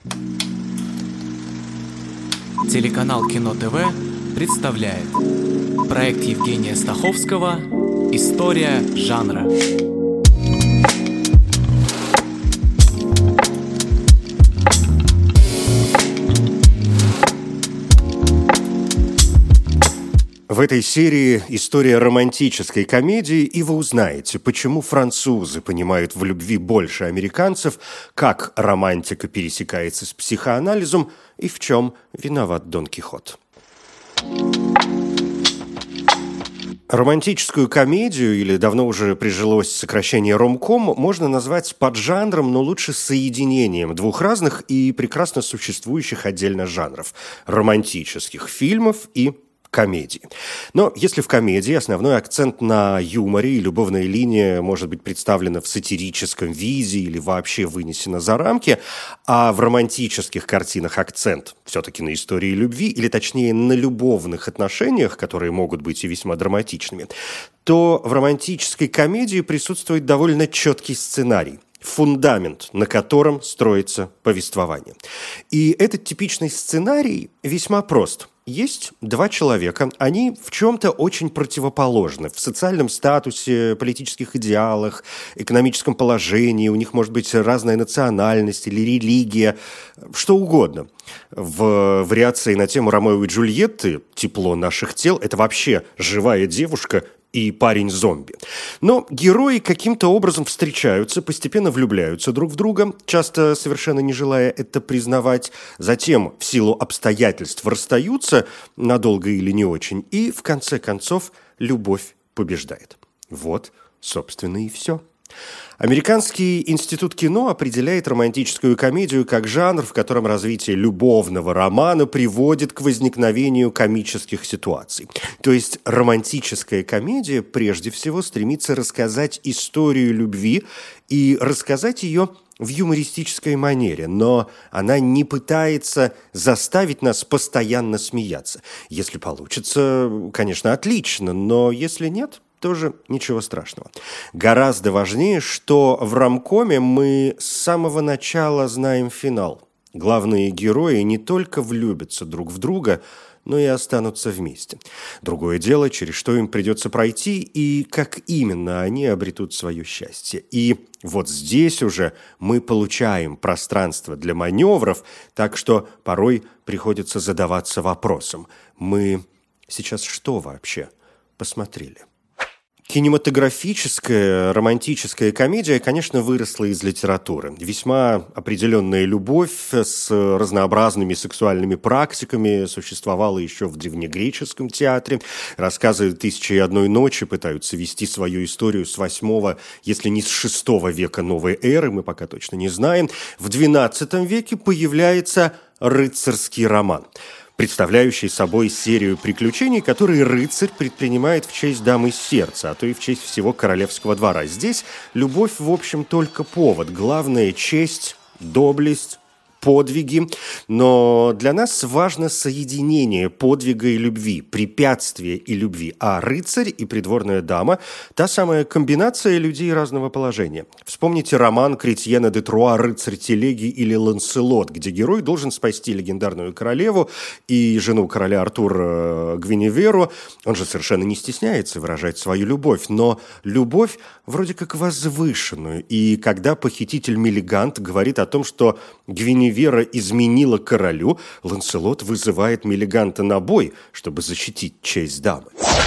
Телеканал Кино ТВ представляет проект Евгения Стаховского «История жанра». В этой серии история романтической комедии, и вы узнаете, почему французы понимают в любви больше американцев, как романтика пересекается с психоанализом и в чем виноват Дон Кихот. Романтическую комедию, или давно уже прижилось сокращение ромком, можно назвать поджанром, но лучше соединением двух разных и прекрасно существующих отдельно жанров – романтических фильмов и комедии. Но если в комедии основной акцент на юморе и любовная линия может быть представлена в сатирическом виде или вообще вынесена за рамки, а в романтических картинах акцент все-таки на истории любви, или точнее на любовных отношениях, которые могут быть и весьма драматичными, то в романтической комедии присутствует довольно четкий сценарий, фундамент, на котором строится повествование. И этот типичный сценарий весьма прост. Есть два человека, они в чем-то очень противоположны. В социальном статусе, политических идеалах, экономическом положении, у них может быть разная национальность или религия, что угодно. В вариации на тему Ромео и Джульетты «Тепло наших тел» — это вообще живая девушка и парень-зомби. Но герои каким-то образом встречаются, постепенно влюбляются друг в друга, часто совершенно не желая это признавать, затем в силу обстоятельств расстаются, надолго или не очень, и в конце концов любовь побеждает. Вот, собственно, и все. Американский институт кино определяет романтическую комедию как жанр, в котором развитие любовного романа приводит к возникновению комических ситуаций. То есть романтическая комедия прежде всего стремится рассказать историю любви и рассказать ее в юмористической манере, но она не пытается заставить нас постоянно смеяться. Если получится, конечно, отлично, но если нет, тоже ничего страшного. Гораздо важнее, что в ромкоме мы с самого начала знаем финал. Главные герои не только влюбятся друг в друга, но и останутся вместе. Другое дело, через что им придется пройти и как именно они обретут свое счастье. И вот здесь уже мы получаем пространство для маневров, так что порой приходится задаваться вопросом: мы сейчас что вообще посмотрели? Кинематографическая романтическая комедия, конечно, выросла из литературы. Весьма определенная любовь с разнообразными сексуальными практиками существовала еще в древнегреческом театре. Рассказы «Тысячи и одной ночи» пытаются вести свою историю с 8, если не с 6 века новой эры, мы пока точно не знаем. В XII веке появляется рыцарский роман, представляющий собой серию приключений, которые рыцарь предпринимает в честь дамы сердца, а то и в честь всего королевского двора. Здесь любовь, в общем, только повод. Главное — честь, доблесть, подвиги. Но для нас важно соединение подвига и любви, препятствия и любви. А рыцарь и придворная дама – та самая комбинация людей разного положения. Вспомните роман Кретьена де Труа «Рыцарь телеги» или «Ланселот», где герой должен спасти легендарную королеву и жену короля Артура Гвиневеру. Он же совершенно не стесняется выражать свою любовь, но любовь вроде как возвышенную. И когда похититель Мелигант говорит о том, что Гвиневера изменила королю, Ланселот вызывает Мелиганта на бой, чтобы защитить честь дамы.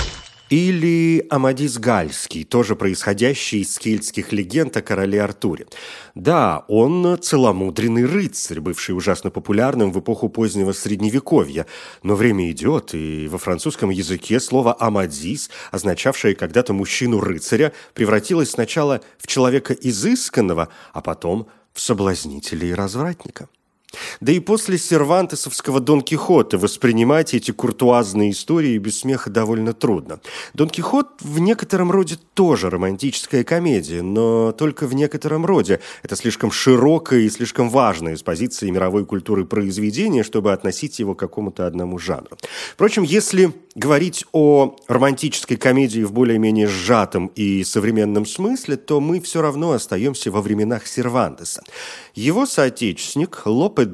Или Амадис Гальский, тоже происходящий из кельтских легенд о короле Артуре. Да, он целомудренный рыцарь, бывший ужасно популярным в эпоху позднего Средневековья. Но время идет, и во французском языке слово «амадис», означавшее когда-то мужчину-рыцаря, превратилось сначала в человека изысканного, а потом в соблазнителя и развратника. Да и после сервантесовского Дон Кихота воспринимать эти куртуазные истории без смеха довольно трудно. Дон Кихот в некотором роде тоже романтическая комедия, но только в некотором роде. Это слишком широкое и слишком важное с позиции мировой культуры произведение, чтобы относить его к какому-то одному жанру. Впрочем, если говорить о романтической комедии в более-менее сжатом и современном смысле, то мы все равно остаемся во временах Сервантеса. Его соотечественник Лопе де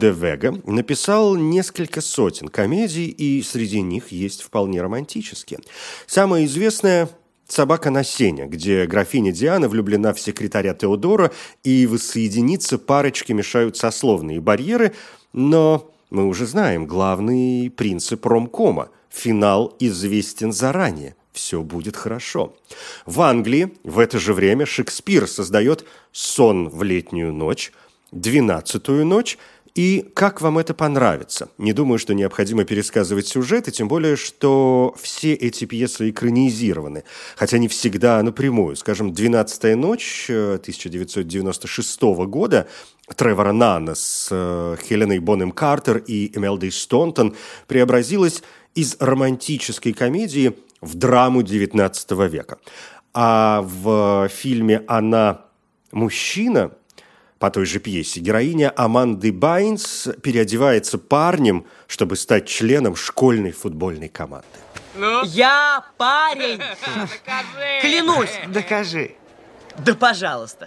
де Вега написал несколько сотен комедий, и среди них есть вполне романтические. Самая известная «Собака на сене», где графиня Диана влюблена в секретаря Теодора, и воссоединиться парочке мешают сословные барьеры, но мы уже знаем главный принцип ромкома – финал известен заранее. Все будет хорошо. В Англии в это же время Шекспир создает «Сон в летнюю ночь», «12-ю ночь» и «Как вам это понравится?». Не думаю, что необходимо пересказывать сюжет, и тем более, что все эти пьесы экранизированы, хотя не всегда напрямую. Скажем, «12-я ночь» 1996 года Тревора Нанна с Хеленой Бонем Картер и Эмелдой Стонтон преобразилась из романтической комедии в драму XIX века. А в фильме «Она мужчина» по той же пьесе героиня Аманды Байнс переодевается парнем, чтобы стать членом школьной футбольной команды. Ну? Я парень! Докажи! Клянусь! Докажи. Да пожалуйста!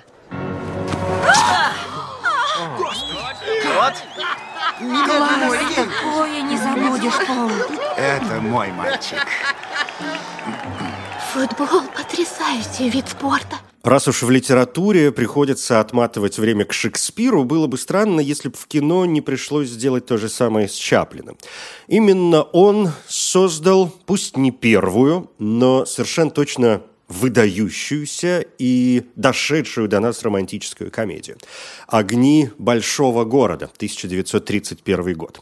Вот. Класс, такое не забудешь, Пол. Это мой мальчик. Футбол – потрясающий вид спорта. Раз уж в литературе приходится отматывать время к Шекспиру, было бы странно, если бы в кино не пришлось сделать то же самое с Чаплиным. Именно он создал, пусть не первую, но совершенно точно выдающуюся и дошедшую до нас романтическую комедию. «Огни большого города», 1931 год.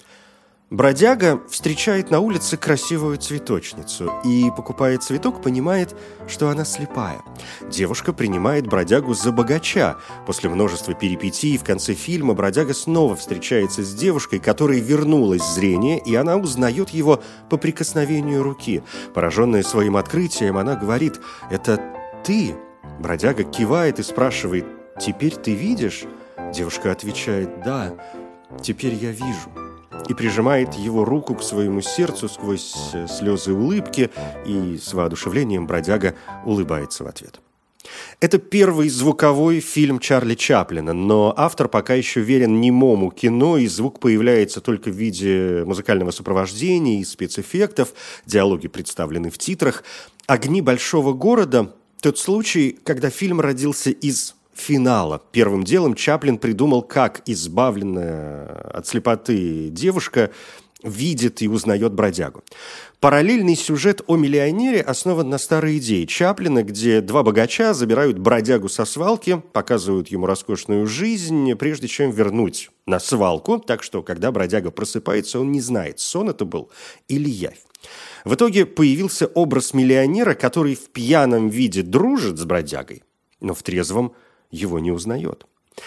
Бродяга встречает на улице красивую цветочницу и, покупая цветок, понимает, что она слепая. Девушка принимает бродягу за богача. После множества перипетий в конце фильма бродяга снова встречается с девушкой, которой вернулось зрение, и она узнает его по прикосновению руки. Пораженная своим открытием, она говорит: «Это ты?» Бродяга кивает и спрашивает: «Теперь ты видишь?» Девушка отвечает: «Да, теперь я вижу». И прижимает его руку к своему сердцу сквозь слезы улыбки, и с воодушевлением бродяга улыбается в ответ. Это первый звуковой фильм Чарли Чаплина, но автор пока еще верен немому кино, и звук появляется только в виде музыкального сопровождения и спецэффектов, диалоги представлены в титрах. «Огни большого города» – тот случай, когда фильм родился из финала. Первым делом Чаплин придумал, как избавленная от слепоты девушка видит и узнает бродягу. Параллельный сюжет о миллионере основан на старой идее Чаплина, где два богача забирают бродягу со свалки, показывают ему роскошную жизнь, прежде чем вернуть на свалку, так что, когда бродяга просыпается, он не знает, сон это был или явь. В итоге появился образ миллионера, который в пьяном виде дружит с бродягой, но в трезвом его не узнает.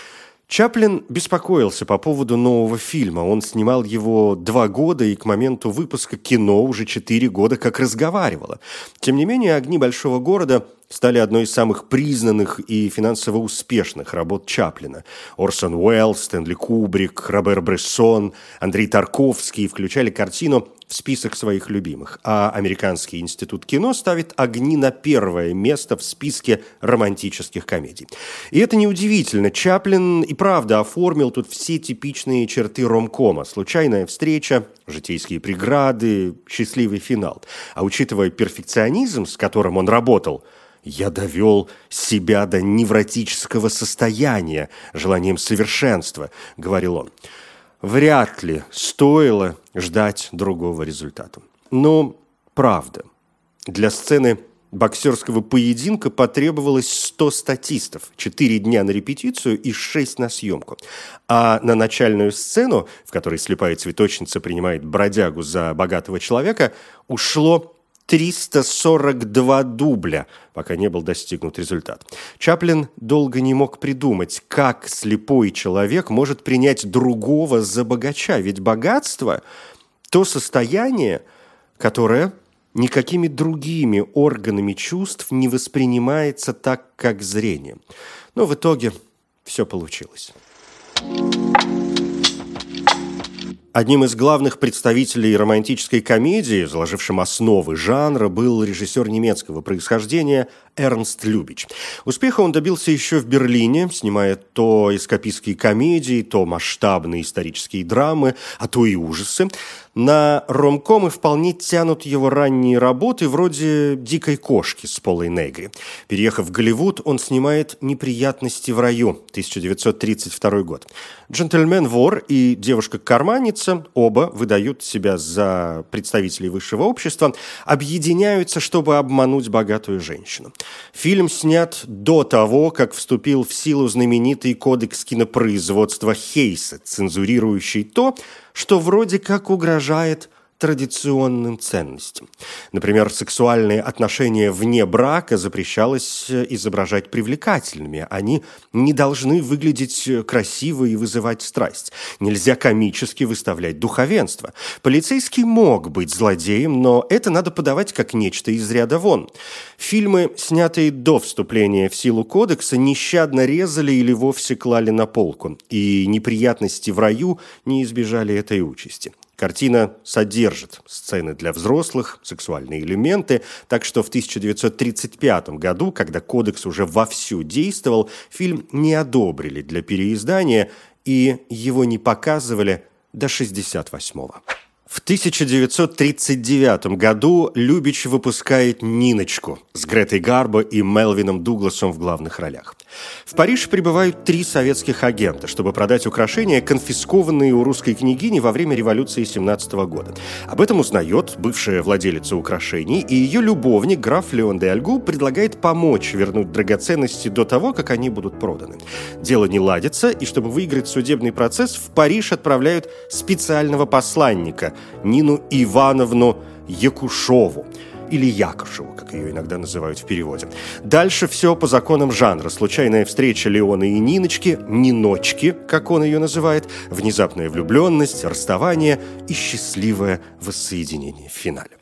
Чаплин беспокоился по поводу нового фильма. Он снимал его 2 года, и к моменту выпуска кино уже 4 года как разговаривало. Тем не менее, «Огни большого города» стали одной из самых признанных и финансово успешных работ Чаплина. Орсон Уэллс, Стэнли Кубрик, Робер Брессон, Андрей Тарковский включали картину в список своих любимых, а Американский институт кино ставит «Огни» на первое место в списке романтических комедий. И это неудивительно. Чаплин и правда оформил тут все типичные черты ромкома: случайная встреча, житейские преграды, счастливый финал. А учитывая перфекционизм, с которым он работал, «Я довел себя до невротического состояния желанием совершенства», — говорил он. Вряд ли стоило ждать другого результата. Но правда, для сцены боксерского поединка потребовалось 100 статистов, 4 дня на репетицию и 6 на съемку. А на начальную сцену, в которой слепая цветочница принимает бродягу за богатого человека, ушло 342 дубля, пока не был достигнут результат. Чаплин долго не мог придумать, как слепой человек может принять другого за богача, ведь богатство – то состояние, которое никакими другими органами чувств не воспринимается так, как зрение. Но в итоге все получилось. Одним из главных представителей романтической комедии, заложившим основы жанра, был режиссер немецкого происхождения Эрнст Любич. Успеха он добился еще в Берлине, снимая то эскапистские комедии, то масштабные исторические драмы, а то и ужасы. На ромкомы вполне тянут его ранние работы вроде «Дикой кошки» с Полой Негри. Переехав в Голливуд, он снимает «Неприятности в раю» 1932 год. «Джентльмен-вор» и «Девушка-карманница» оба выдают себя за представителей высшего общества, объединяются, чтобы обмануть богатую женщину. Фильм снят до того, как вступил в силу знаменитый кодекс кинопроизводства Хейса, цензурирующий то, что вроде как угрожает традиционным ценностям. Например, сексуальные отношения вне брака запрещалось изображать привлекательными. Они не должны выглядеть красиво и вызывать страсть. Нельзя комически выставлять духовенство. Полицейский мог быть злодеем, но это надо подавать как нечто из ряда вон. Фильмы, снятые до вступления в силу кодекса, нещадно резали или вовсе клали на полку. И «Неприятности в раю» не избежали этой участи. Картина содержит сцены для взрослых, сексуальные элементы, так что в 1935 году, когда кодекс уже вовсю действовал, фильм не одобрили для переиздания и его не показывали до 1968-го. В 1939 году Любич выпускает «Ниночку» с Гретой Гарбо и Мелвином Дугласом в главных ролях. В Париж прибывают 3 советских агента, чтобы продать украшения, конфискованные у русской княгини во время революции 1917 года. Об этом узнает бывшая владелица украшений, и ее любовник, граф Леон де Альгу, предлагает помочь вернуть драгоценности до того, как они будут проданы. Дело не ладится, и чтобы выиграть судебный процесс, в Париж отправляют специального посланника Нину Ивановну Якушеву, или Якушеву, как ее иногда называют в переводе. Дальше все по законам жанра. Случайная встреча Леона и Ниночки, Ниночки, как он ее называет, внезапная влюбленность, расставание и счастливое воссоединение в финале.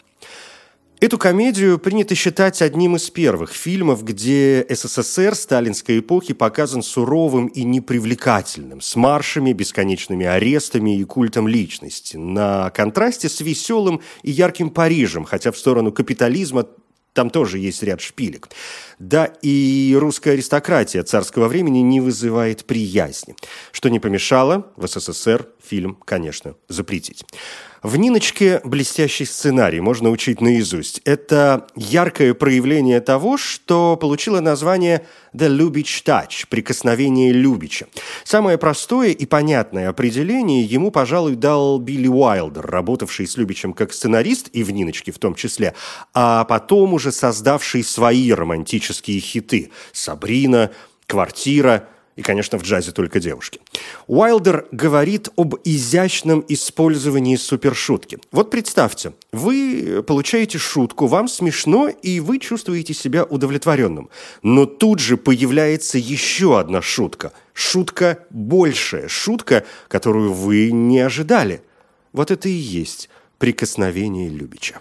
Эту комедию принято считать одним из первых фильмов, где СССР сталинской эпохи показан суровым и непривлекательным, с маршами, бесконечными арестами и культом личности, на контрасте с веселым и ярким Парижем, хотя в сторону капитализма там тоже есть ряд шпилек. Да, и русская аристократия царского времени не вызывает приязни, что не помешало в СССР фильм, конечно, запретить. В «Ниночке» блестящий сценарий, можно учить наизусть. Это яркое проявление того, что получило название «The Lubitsch Touch» – «Прикосновение Любича». Самое простое и понятное определение ему, пожалуй, дал Билли Уайлдер, работавший с Любичем как сценарист, и в «Ниночке» в том числе, а потом уже создавший свои романтические хиты «Сабрина», «Квартира» и, конечно, в джазе только девушки. Уайлдер говорит об изящном использовании супершутки. Вот представьте, вы получаете шутку, вам смешно, и вы чувствуете себя удовлетворенным. Но тут же появляется еще одна шутка. Шутка большая, шутка, которую вы не ожидали. Вот это и есть прикосновение Любича.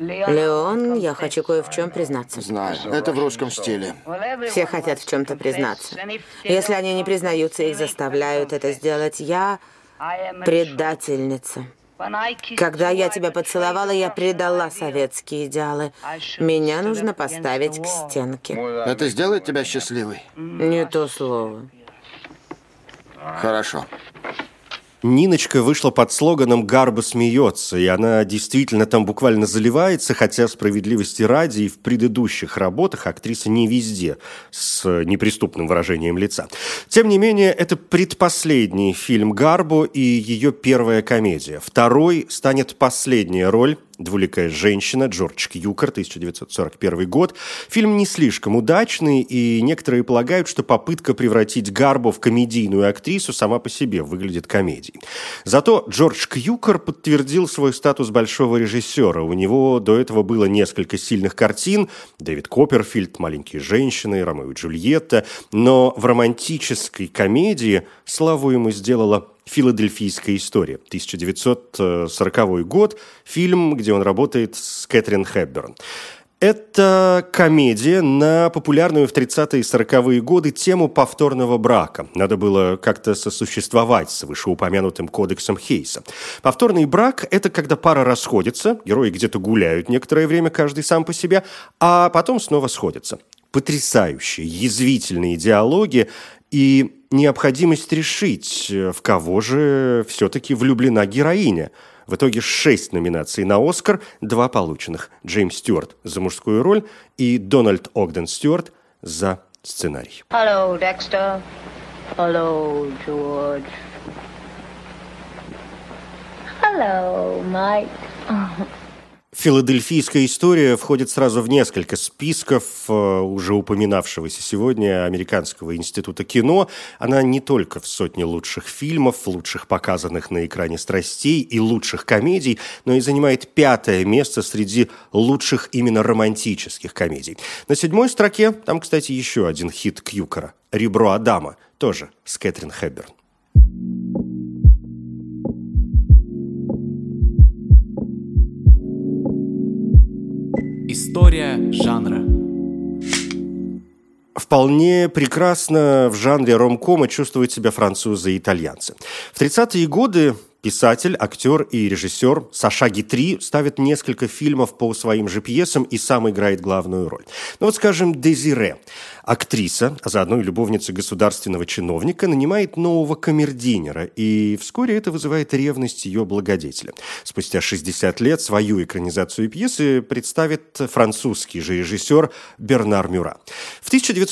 Леон, я хочу кое в чем признаться. Знаю, это в русском стиле. Все хотят в чем-то признаться. Если они не признаются, их заставляют это сделать. Я предательница. Когда я тебя поцеловала, я предала советские идеалы. Меня нужно поставить к стенке. Это сделает тебя счастливой? Не то слово. Хорошо. «Ниночка» вышла под слоганом «Гарбо смеется», и она действительно там буквально заливается, хотя, справедливости ради, и в предыдущих работах актриса не везде с неприступным выражением лица. Тем не менее, это предпоследний фильм Гарбо и ее первая комедия. Второй станет последняя роль. «Двуликая женщина», Джордж Кьюкер, 1941 год. Фильм не слишком удачный, и некоторые полагают, что попытка превратить Гарбо в комедийную актрису сама по себе выглядит комедией. Зато Джордж Кьюкер подтвердил свой статус большого режиссера. У него до этого было несколько сильных картин: Дэвид Копперфильд, «Маленькие женщины», «Ромео и Джульетта». Но в романтической комедии славу ему сделала «Филадельфийская история», 1940 год, фильм, где он работает с Кэтрин Хепберн. Это комедия на популярную в 30-е и 40-е годы тему повторного брака. Надо было как-то сосуществовать с вышеупомянутым кодексом Хейса. Повторный брак – это когда пара расходится, герои где-то гуляют некоторое время, каждый сам по себе, а потом снова сходятся. Потрясающие, язвительные диалоги и необходимость решить, в кого же все-таки влюблена героиня. В итоге 6 номинаций на «Оскар», 2 полученных. Джеймс Стюарт за мужскую роль и Дональд Огден Стюарт за сценарий. Hello, Dexter. Hello, George. Hello, Mike. «Филадельфийская история» входит сразу в несколько списков уже упоминавшегося сегодня Американского института кино. Она не только в сотне лучших фильмов, лучших показанных на экране страстей и лучших комедий, но и занимает 5-е место среди лучших именно романтических комедий. На 7-й строке там, кстати, еще один хит Кьюкера «Ребро Адама», тоже с Кэтрин Хепберн. История жанра. Вполне прекрасно в жанре ромкома чувствуют себя французы и итальянцы. В 30-е годы писатель, актер и режиссер Саша Гитри ставит несколько фильмов по своим же пьесам и сам играет главную роль. Ну вот, скажем, Дезире. Актриса, а заодно и любовница государственного чиновника, нанимает нового камердинера, и вскоре это вызывает ревность ее благодетеля. Спустя 60 лет свою экранизацию пьесы представит французский же режиссер Бернар Мюра. В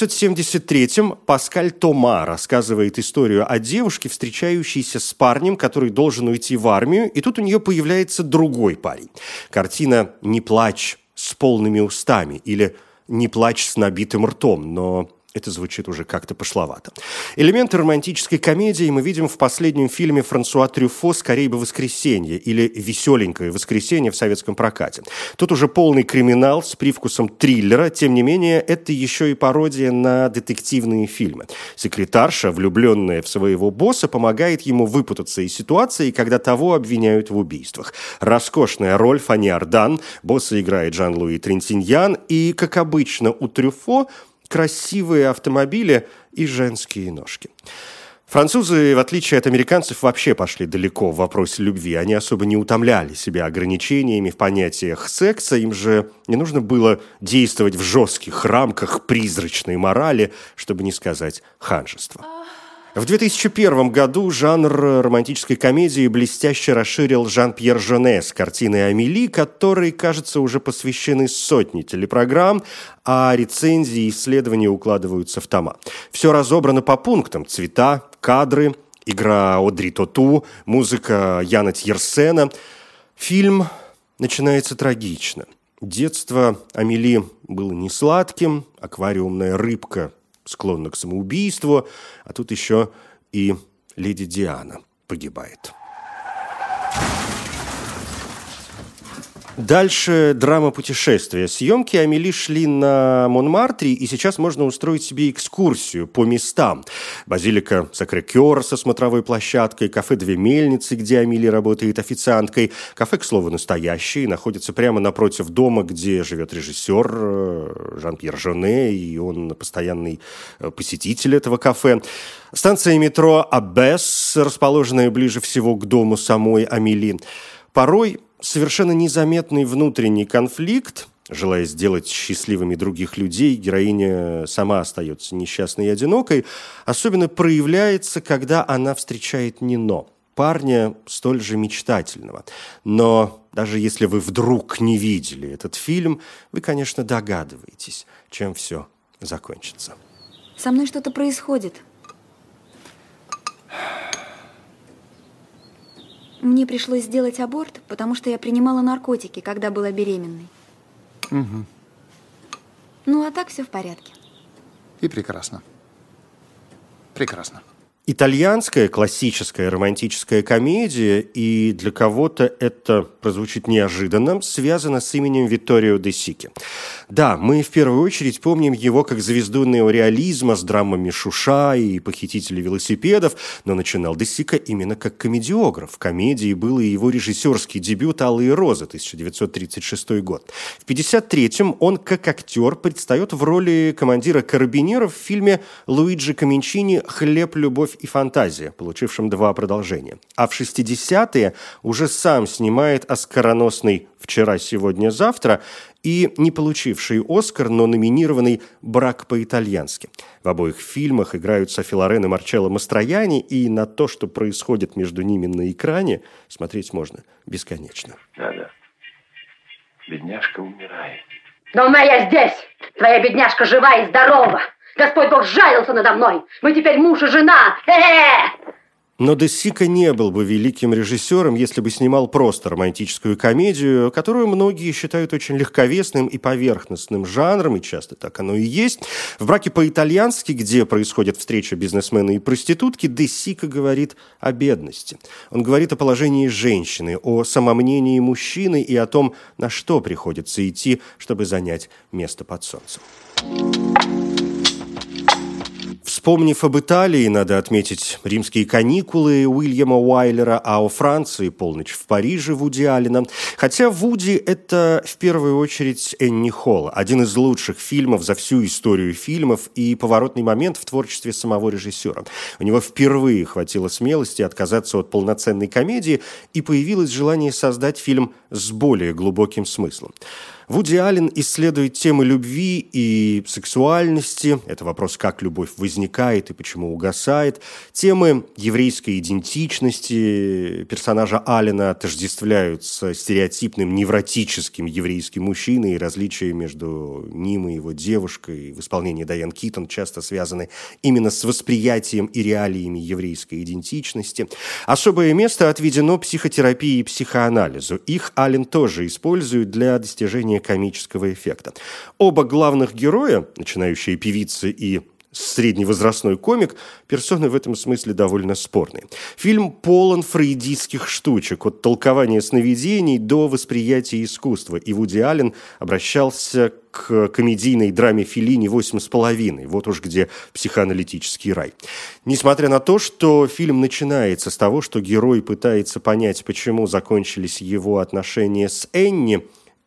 1973-м Паскаль Тома рассказывает историю о девушке, встречающейся с парнем, который должен уйти в армию, и тут у нее появляется другой парень. Картина «Не плачь с полными устами» или «Не плачь с набитым ртом», но это звучит уже как-то пошловато. Элементы романтической комедии мы видим в последнем фильме Франсуа Трюфо «Скорей бы воскресенье» или «Веселенькое воскресенье» в советском прокате. Тут уже полный криминал с привкусом триллера, тем не менее, это еще и пародия на детективные фильмы. Секретарша, влюбленная в своего босса, помогает ему выпутаться из ситуации, когда того обвиняют в убийствах. Роскошная роль Фанни Ардан, босса играет Жан-Луи Трентиньян, и, как обычно, у Трюфо красивые автомобили и женские ножки. Французы, в отличие от американцев, вообще пошли далеко в вопросе любви. Они особо не утомляли себя ограничениями в понятиях секса. Им же не нужно было действовать в жестких рамках призрачной морали, чтобы не сказать ханжества. В 2001 году жанр романтической комедии блестяще расширил Жан-Пьер Жоне с картиной «Амели», которой, кажется, уже посвящены сотни телепрограмм, а рецензии и исследования укладываются в тома. Все разобрано по пунктам: цвета, кадры, игра Одри Тоту, музыка Яна Тьерсена. Фильм начинается трагично. Детство Амели было не сладким, аквариумная рыбка склонна к самоубийству, а тут еще и леди Диана погибает. Дальше драма путешествия. Съемки Амели шли на Монмартре, и сейчас можно устроить себе экскурсию по местам. Базилика Сакрэ-Кёр со смотровой площадкой, кафе «Две мельницы», где Амели работает официанткой. Кафе, к слову, настоящее, находится прямо напротив дома, где живет режиссер Жан-Пьер Жоне, и он постоянный посетитель этого кафе. Станция метро Аббес, расположенная ближе всего к дому самой Амели. Порой совершенно незаметный внутренний конфликт. Желая сделать счастливыми других людей, героиня сама остается несчастной и одинокой. Особенно проявляется, когда она встречает Нино, парня столь же мечтательного. Но даже если вы вдруг не видели этот фильм, вы, конечно, догадываетесь, чем все закончится. Со мной что-то происходит. Мне пришлось сделать аборт, потому что я принимала наркотики, когда была беременной. Угу. Ну, а так все в порядке. И прекрасно. Прекрасно. Итальянская классическая романтическая комедия, и для кого-то это прозвучит неожиданно, связана с именем Витторио де Сики. Да, мы в первую очередь помним его как звезду неореализма с драмами «Шуша» и «Похитители велосипедов», но начинал де Сика именно как комедиограф. В комедии был и его режиссерский дебют «Алые розы» 1936 год. В 1953-м он как актер предстает в роли командира карабинеров в фильме Луиджи Каминчини «Хлеб, любовь и фантазия», получившем 2 продолжения. А в 60-е уже сам снимает оскароносный «Вчера, сегодня, завтра» и не получивший «Оскар», но номинированный «Брак по-итальянски». В обоих фильмах играют Софи Лорен и Марчелло Мастроянни, и на то, что происходит между ними на экране, смотреть можно бесконечно. Да-да. Бедняжка умирает. Но моя здесь! Твоя бедняжка жива и здорова! Господь Бог сжалился надо мной! Мы теперь муж и жена! Но де Сика не был бы великим режиссером, если бы снимал просто романтическую комедию, которую многие считают очень легковесным и поверхностным жанром, и часто так оно и есть. В «Браке по-итальянски», где происходит встреча бизнесмена и проститутки, де Сика говорит о бедности. Он говорит о положении женщины, о самомнении мужчины и о том, на что приходится идти, чтобы занять место под солнцем. Вспомнив об Италии, надо отметить «Римские каникулы» Уильяма Уайлера, а о Франции «Полночь в Париже» Вуди Аллена. Хотя Вуди – это в первую очередь Энни Холл, один из лучших фильмов за всю историю фильмов и поворотный момент в творчестве самого режиссера. У него впервые хватило смелости отказаться от полноценной комедии, и появилось желание создать фильм с более глубоким смыслом. Вуди Аллен исследует темы любви и сексуальности. Это вопрос, как любовь возникает и почему угасает. Темы еврейской идентичности. Персонажа Аллена отождествляют с стереотипным невротическим еврейским мужчиной, и различия между ним и его девушкой в исполнении Дайан Китон часто связаны именно с восприятием и реалиями еврейской идентичности. Особое место отведено психотерапии и психоанализу. Их Аллен тоже использует для достижения комического эффекта. Оба главных героя, начинающие певицы и средневозрастной комик, персоны в этом смысле довольно спорные. Фильм полон фрейдистских штучек, от толкования сновидений до восприятия искусства, и Вуди Аллен обращался к комедийной драме Феллини «8,5». Вот уж где психоаналитический рай. Несмотря на то, что фильм начинается с того, что герой пытается понять, почему закончились его отношения с Энни,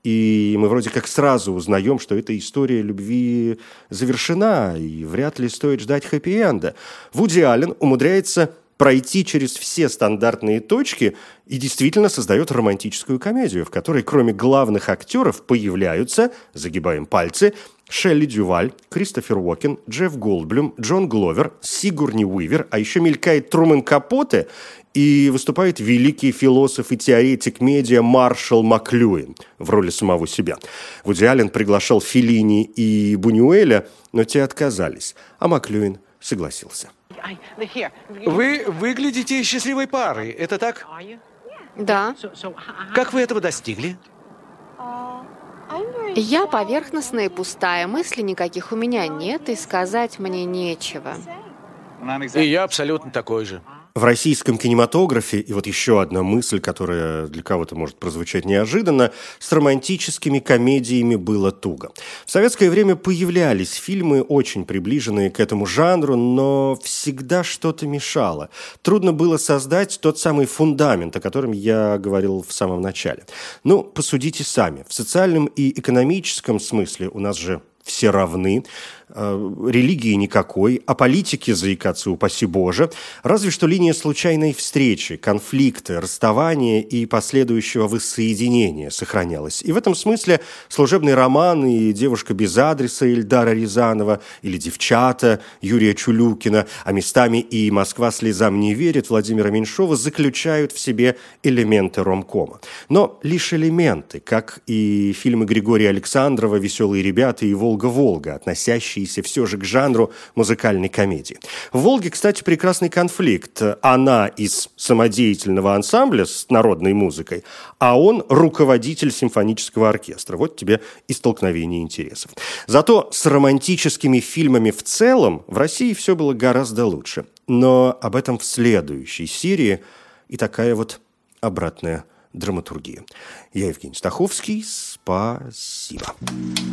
и мы вроде как сразу узнаем, что эта история любви завершена, и вряд ли стоит ждать хэппи-энда. Вуди Аллен умудряется пройти через все стандартные точки и действительно создает романтическую комедию, в которой кроме главных актеров появляются, загибаем пальцы, Шелли Дюваль, Кристофер Уокен, Джефф Голдблюм, Джон Гловер, Сигурни Уивер, а еще мелькает Трумен Капоте, и выступает великий философ и теоретик медиа Маршалл Маклюин в роли самого себя. Вуди Аллен приглашал Феллини и Бунюэля, но те отказались, а Маклюин согласился. Вы выглядите счастливой парой, это так? Да. Как вы этого достигли? Я поверхностная и пустая, мыслей никаких у меня нет, и сказать мне нечего. И я абсолютно такой же. В российском кинематографе, и вот еще одна мысль, которая для кого-то может прозвучать неожиданно, с романтическими комедиями было туго. В советское время появлялись фильмы, очень приближенные к этому жанру, но всегда что-то мешало. Трудно было создать тот самый фундамент, о котором я говорил в самом начале. Ну, посудите сами. В социальном и экономическом смысле у нас же все равны, религии никакой, о политике заикаться упаси Боже, разве что линия случайной встречи, конфликта, расставания и последующего воссоединения сохранялась. И в этом смысле служебный роман и «Девушка без адреса» Эльдара Рязанова или «Девчата» Юрия Чулюкина, а местами и «Москва слезам не верит» Владимира Меньшова заключают в себе элементы ромкома. Но лишь элементы, как и фильмы Григория Александрова «Веселые ребята» и «Волга «Волга-Волга», относящиеся все же к жанру музыкальной комедии. В «Волге», кстати, прекрасный конфликт. Она из самодеятельного ансамбля с народной музыкой, а он руководитель симфонического оркестра. Вот тебе и столкновение интересов. Зато с романтическими фильмами в целом в России все было гораздо лучше. Но об этом в следующей серии. И такая вот обратная драматургия. Я Евгений Стаховский. Спасибо.